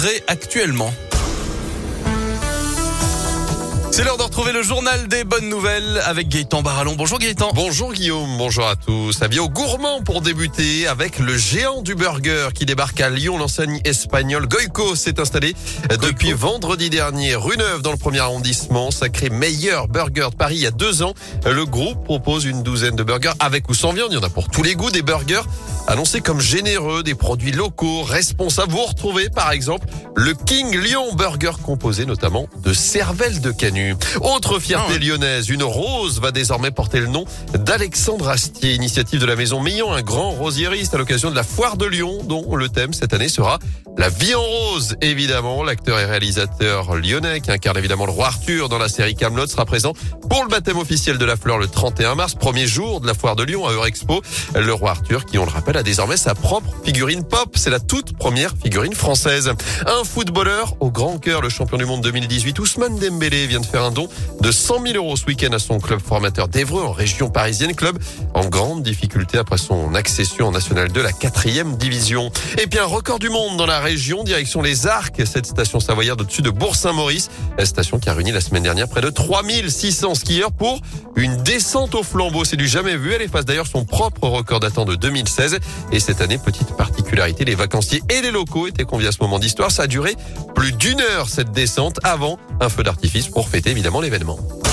degrés actuellement. C'est l'heure de retrouver le journal des bonnes nouvelles avec Gaëtan Barallon. Bonjour Gaëtan. Bonjour Guillaume, bonjour à tous. Avis aux gourmands pour débuter avec le géant du burger qui débarque à Lyon. L'enseigne espagnole Goico s'est installée depuis vendredi dernier, rue Neuve dans le 1er arrondissement. Sacré meilleur burger de Paris il y a 2 ans. Le groupe propose une douzaine de burgers avec ou sans viande. Il y en a pour tous les goûts, des burgers annoncés comme généreux, des produits locaux, responsables. Vous retrouvez par exemple le King Lyon Burger composé notamment de cervelle de canut. Autre fierté lyonnaise, une rose va désormais porter le nom d'Alexandre Astier, initiative de la Maison Millon, un grand rosiériste à l'occasion de la Foire de Lyon, dont le thème cette année sera la vie en rose. Évidemment, l'acteur et réalisateur lyonnais qui incarne évidemment le roi Arthur dans la série Kaamelott sera présent pour le baptême officiel de la fleur le 31 mars, premier jour de la Foire de Lyon à Eurexpo. Le roi Arthur, qui on le rappelle, a désormais sa propre figurine pop. C'est la toute première figurine française. Un footballeur au grand cœur, le champion du monde 2018, Ousmane Dembélé, vient de faire un don de 100 000 € ce week-end à son club formateur d'Évreux en région parisienne, club en grande difficulté après son accession en National 2, la 4e division. Et puis un record du monde dans la région, direction les Arcs, cette station savoyarde au-dessus de Bourg-Saint-Maurice, la station qui a réuni la semaine dernière près de 3600 skieurs pour une descente au flambeau. C'est du jamais vu. Elle efface d'ailleurs son propre record datant de 2016. Et cette année, petite particularité, les vacanciers et les locaux étaient conviés à ce moment d'histoire. Ça a duré plus d'1 heure cette descente avant un feu d'artifice pour fêter évidemment l'événement.